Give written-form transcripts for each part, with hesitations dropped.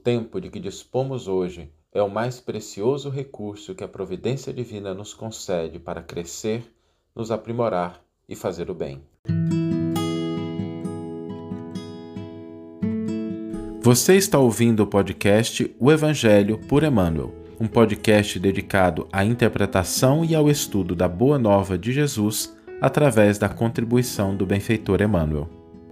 tempo de que dispomos hoje é o mais precioso recurso que a providência divina nos concede para crescer, nos aprimorar e fazer o bem. Você está ouvindo o podcast O Evangelho por Emmanuel, um podcast dedicado à interpretação e ao estudo da Boa Nova de Jesus através da contribuição do benfeitor Emmanuel.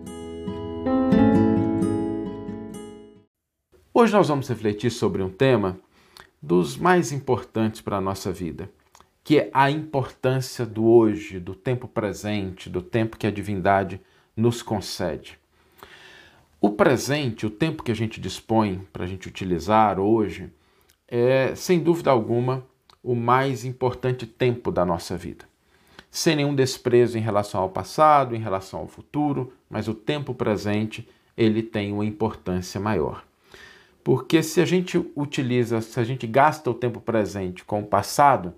Hoje nós vamos refletir sobre um tema dos mais importantes para a nossa vida, que é a importância do hoje, do tempo presente, do tempo que a divindade nos concede. O presente, o tempo que a gente dispõe para a gente utilizar hoje, é, sem dúvida alguma, o mais importante tempo da nossa vida. Sem nenhum desprezo em relação ao passado, em relação ao futuro, mas o tempo presente, ele tem uma importância maior. Porque se a gente gasta o tempo presente com o passado,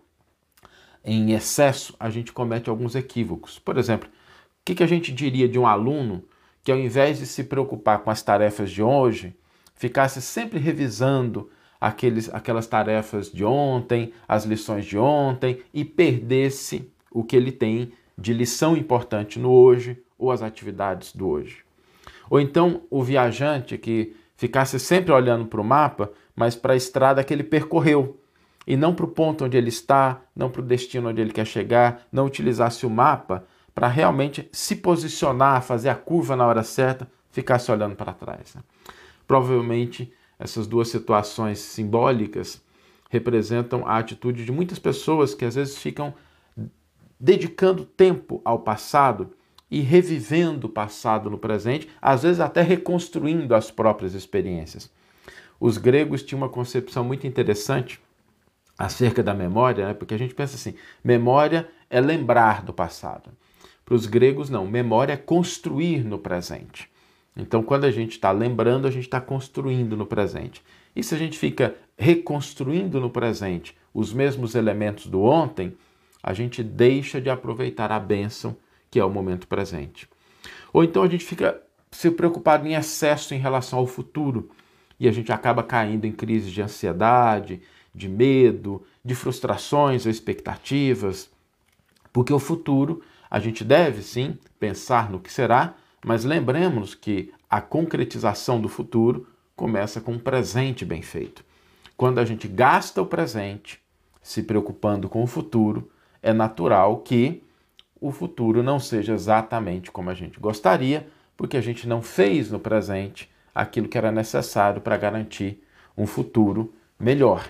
em excesso, a gente comete alguns equívocos. Por exemplo, o que a gente diria de um aluno que, ao invés de se preocupar com as tarefas de hoje, ficasse sempre revisando aquelas tarefas de ontem, as lições de ontem, e perdesse o que ele tem de lição importante no hoje ou as atividades do hoje. Ou então o viajante que ficasse sempre olhando para o mapa, mas para a estrada que ele percorreu, e não para o ponto onde ele está, não para o destino onde ele quer chegar, não utilizasse o mapa para realmente se posicionar, fazer a curva na hora certa, ficasse olhando para trás. Provavelmente essas duas situações simbólicas representam a atitude de muitas pessoas que às vezes ficam dedicando tempo ao passado e revivendo o passado no presente, às vezes até reconstruindo as próprias experiências. Os gregos tinham uma concepção muito interessante acerca da memória, porque a gente pensa assim, memória é lembrar do passado. Para os gregos, não, memória é construir no presente. Então, quando a gente está lembrando, a gente está construindo no presente. E se a gente fica reconstruindo no presente os mesmos elementos do ontem, a gente deixa de aproveitar a bênção que é o momento presente. Ou então a gente fica se preocupado em excesso em relação ao futuro e a gente acaba caindo em crises de ansiedade, de medo, de frustrações ou expectativas, porque o futuro a gente deve sim pensar no que será, mas lembremos que a concretização do futuro começa com um presente bem feito. Quando a gente gasta o presente se preocupando com o futuro, é natural que o futuro não seja exatamente como a gente gostaria, porque a gente não fez no presente aquilo que era necessário para garantir um futuro melhor.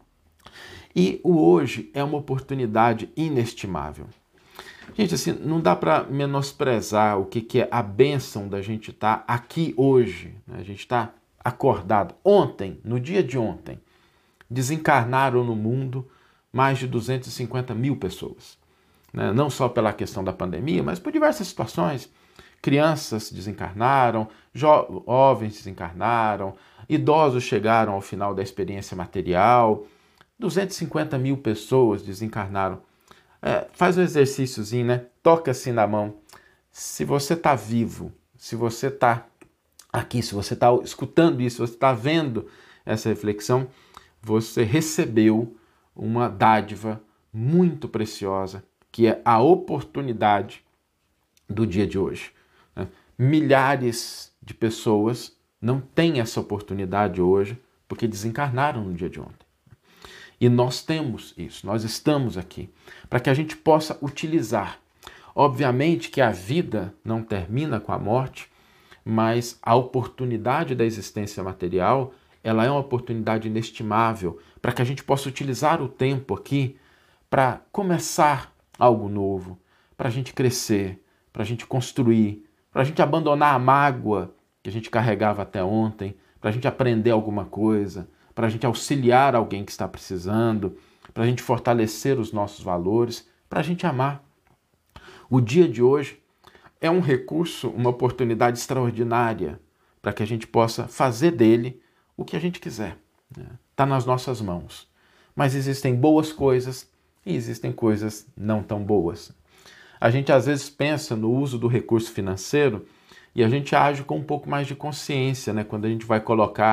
E o hoje é uma oportunidade inestimável. Gente, assim, não dá para menosprezar o que é a bênção da gente estar aqui hoje, né? A gente está acordado. Ontem, no dia de ontem, desencarnaram no mundo mais de 250 mil pessoas. Né? Não só pela questão da pandemia, mas por diversas situações. Crianças desencarnaram, jovens desencarnaram, idosos chegaram ao final da experiência material, 250 mil pessoas desencarnaram. Faz um exercíciozinho, né? Toca assim na mão. Se você está vivo, se você está aqui, se você está escutando isso, se você está vendo essa reflexão, você recebeu uma dádiva muito preciosa, que é a oportunidade do dia de hoje. Né? Milhares de pessoas não têm essa oportunidade hoje porque desencarnaram no dia de ontem. E nós temos isso, nós estamos aqui, para que a gente possa utilizar. Obviamente que a vida não termina com a morte, mas a oportunidade da existência material, ela é uma oportunidade inestimável para que a gente possa utilizar o tempo aqui para começar algo novo, para a gente crescer, para a gente construir, para a gente abandonar a mágoa que a gente carregava até ontem, para a gente aprender alguma coisa, para a gente auxiliar alguém que está precisando, para a gente fortalecer os nossos valores, para a gente amar. O dia de hoje é um recurso, uma oportunidade extraordinária para que a gente possa fazer dele o que a gente quiser. Está nas nossas mãos. Mas existem boas coisas e existem coisas não tão boas. A gente às vezes pensa no uso do recurso financeiro e a gente age com um pouco mais de consciência, né? Quando a gente vai colocar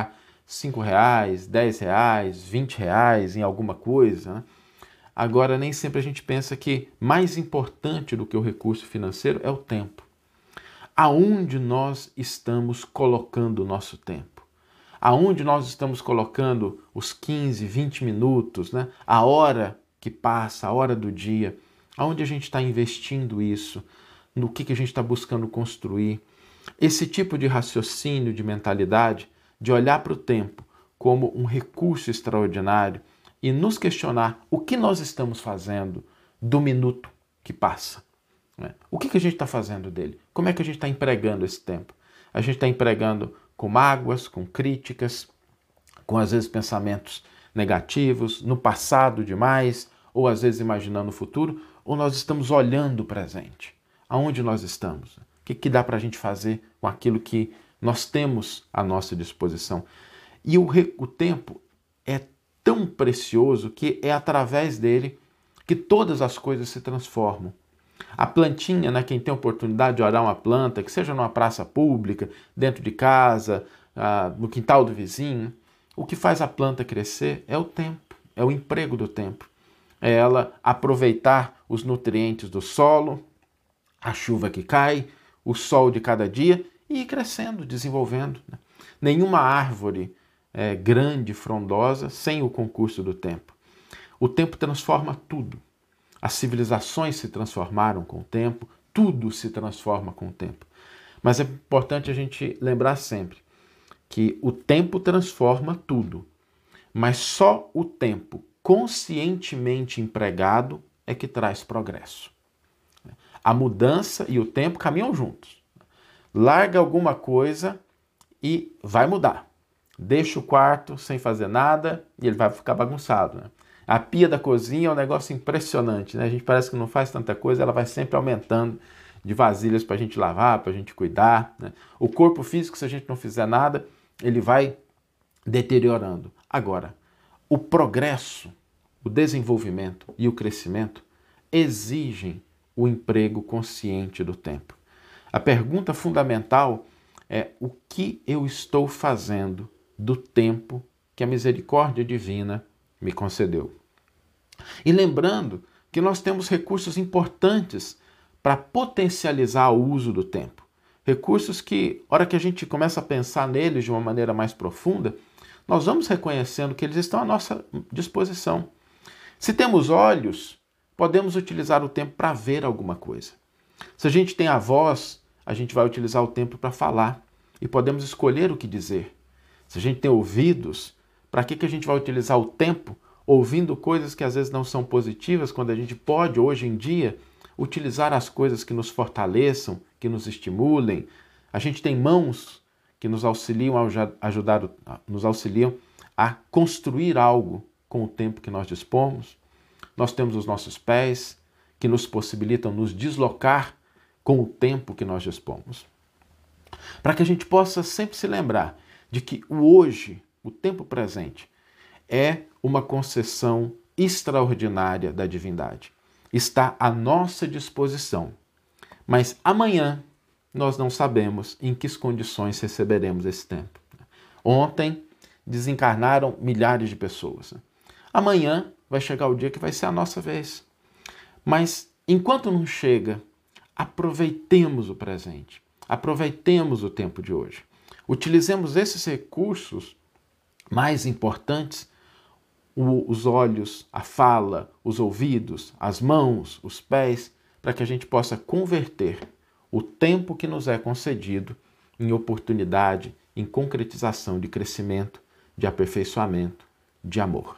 R$ 5, R$ 10, R$ 20 em alguma coisa, né? Agora, nem sempre a gente pensa que mais importante do que o recurso financeiro é o tempo. Aonde nós estamos colocando o nosso tempo? Aonde nós estamos colocando os 15, 20 minutos, né? A hora que passa, a hora do dia? Aonde a gente está investindo isso? No que a gente está buscando construir? Esse tipo de raciocínio, de mentalidade, de olhar para o tempo como um recurso extraordinário e nos questionar o que nós estamos fazendo do minuto que passa. Né? O que a gente está fazendo dele? Como é que a gente está empregando esse tempo? A gente está empregando com mágoas, com críticas, com às vezes pensamentos negativos, no passado demais, ou às vezes imaginando o futuro, ou nós estamos olhando o presente? Aonde nós estamos? O que dá para a gente fazer com aquilo que nós temos à nossa disposição? E o tempo é tão precioso que é através dele que todas as coisas se transformam. A plantinha, né, quem tem a oportunidade de olhar uma planta, que seja numa praça pública, dentro de casa, no quintal do vizinho, o que faz a planta crescer é o tempo, é o emprego do tempo. É ela aproveitar os nutrientes do solo, a chuva que cai, o sol de cada dia e ir crescendo, desenvolvendo. Né? Nenhuma árvore grande, frondosa, sem o concurso do tempo. O tempo transforma tudo. As civilizações se transformaram com o tempo, tudo se transforma com o tempo. Mas é importante a gente lembrar sempre que o tempo transforma tudo, mas só o tempo conscientemente empregado é que traz progresso. A mudança e o tempo caminham juntos. Larga alguma coisa e vai mudar. Deixa o quarto sem fazer nada e ele vai ficar bagunçado. Né? A pia da cozinha é um negócio impressionante. Né? A gente parece que não faz tanta coisa, ela vai sempre aumentando de vasilhas para a gente lavar, para a gente cuidar. Né? O corpo físico, se a gente não fizer nada, ele vai deteriorando. Agora, o progresso, o desenvolvimento e o crescimento exigem o emprego consciente do tempo. A pergunta fundamental é: o que eu estou fazendo do tempo que a misericórdia divina me concedeu? E lembrando que nós temos recursos importantes para potencializar o uso do tempo. Recursos que, hora que a gente começa a pensar neles de uma maneira mais profunda, nós vamos reconhecendo que eles estão à nossa disposição. Se temos olhos, podemos utilizar o tempo para ver alguma coisa. Se a gente tem a voz, a gente vai utilizar o tempo para falar e podemos escolher o que dizer. Se a gente tem ouvidos, para que a gente vai utilizar o tempo ouvindo coisas que às vezes não são positivas, quando a gente pode, hoje em dia, utilizar as coisas que nos fortaleçam, que nos estimulem? A gente tem mãos que nos auxiliam nos auxiliam a construir algo com o tempo que nós dispomos. Nós temos os nossos pés que nos possibilitam nos deslocar com o tempo que nós dispomos. Para que a gente possa sempre se lembrar de que o hoje, o tempo presente, é uma concessão extraordinária da divindade. Está à nossa disposição. Mas amanhã nós não sabemos em que condições receberemos esse tempo. Ontem desencarnaram milhares de pessoas. Amanhã vai chegar o dia que vai ser a nossa vez. Mas enquanto não chega, aproveitemos o presente. Aproveitemos o tempo de hoje. Utilizemos esses recursos mais importantes, os olhos, a fala, os ouvidos, as mãos, os pés, para que a gente possa converter o tempo que nos é concedido em oportunidade, em concretização de crescimento, de aperfeiçoamento, de amor.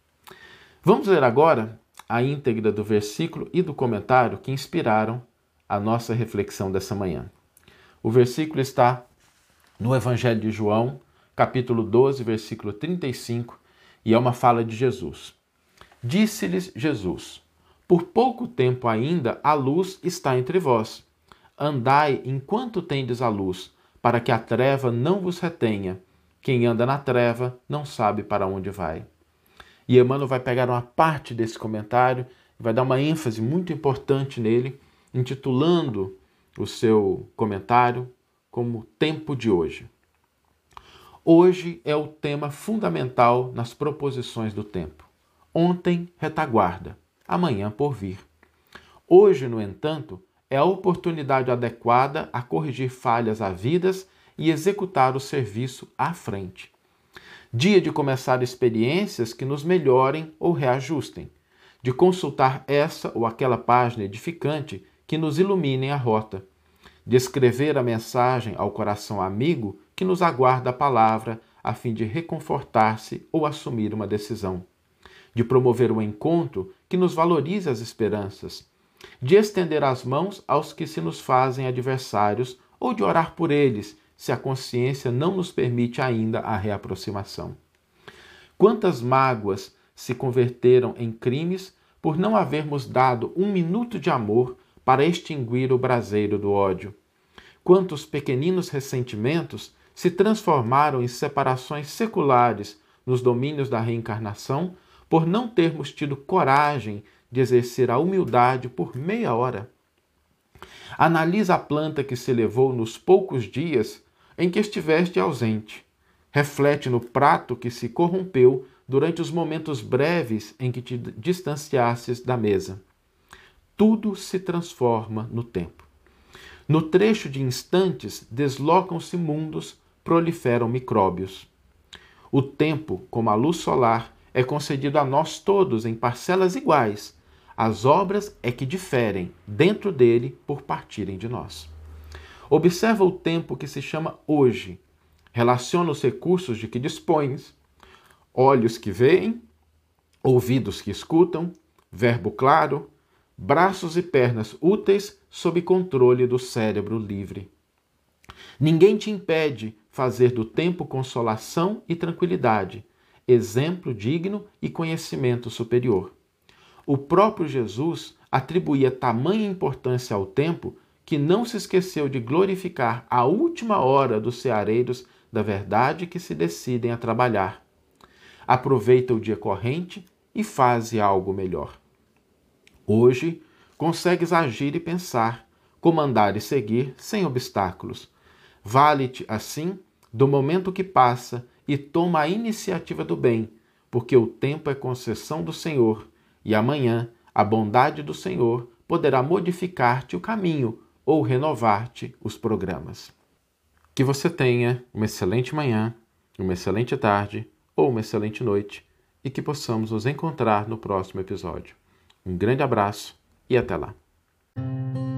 Vamos ler agora a íntegra do versículo e do comentário que inspiraram a nossa reflexão dessa manhã. O versículo está no Evangelho de João, capítulo 12, versículo 35, e é uma fala de Jesus. Disse-lhes Jesus: por pouco tempo ainda a luz está entre vós. Andai enquanto tendes a luz, para que a treva não vos retenha. Quem anda na treva não sabe para onde vai. E Emmanuel vai pegar uma parte desse comentário e vai dar uma ênfase muito importante nele, intitulando o seu comentário como Tempo de Hoje. Hoje é o tema fundamental nas proposições do tempo. Ontem, retaguarda, amanhã por vir. Hoje, no entanto, é a oportunidade adequada a corrigir falhas havidas e executar o serviço à frente. Dia de começar experiências que nos melhorem ou reajustem, de consultar essa ou aquela página edificante que nos iluminem a rota, de escrever a mensagem ao coração amigo que nos aguarda a palavra a fim de reconfortar-se ou assumir uma decisão, de promover o encontro que nos valorize as esperanças, de estender as mãos aos que se nos fazem adversários ou de orar por eles, se a consciência não nos permite ainda a reaproximação. Quantas mágoas se converteram em crimes por não havermos dado um minuto de amor para extinguir o braseiro do ódio? Quantos pequeninos ressentimentos se transformaram em separações seculares nos domínios da reencarnação por não termos tido coragem de exercer a humildade por meia hora? Analisa a planta que se levou nos poucos dias em que estiveste ausente. Reflete no prato que se corrompeu durante os momentos breves em que te distanciastes da mesa. Tudo se transforma no tempo. No trecho de instantes, deslocam-se mundos, proliferam micróbios. O tempo, como a luz solar, é concedido a nós todos em parcelas iguais. As obras é que diferem dentro dele por partirem de nós. Observa o tempo que se chama hoje. Relaciona os recursos de que dispões. Olhos que veem, ouvidos que escutam, verbo claro, braços e pernas úteis sob controle do cérebro livre. Ninguém te impede fazer do tempo consolação e tranquilidade, exemplo digno e conhecimento superior. O próprio Jesus atribuía tamanha importância ao tempo que não se esqueceu de glorificar a última hora dos ceareiros da verdade que se decidem a trabalhar. Aproveita o dia corrente e faze algo melhor. Hoje, consegues agir e pensar, comandar e seguir sem obstáculos. Vale-te, assim, do momento que passa e toma a iniciativa do bem, porque o tempo é concessão do Senhor, e amanhã a bondade do Senhor poderá modificar-te o caminho ou renovar-te os programas. Que você tenha uma excelente manhã, uma excelente tarde ou uma excelente noite e que possamos nos encontrar no próximo episódio. Um grande abraço e até lá!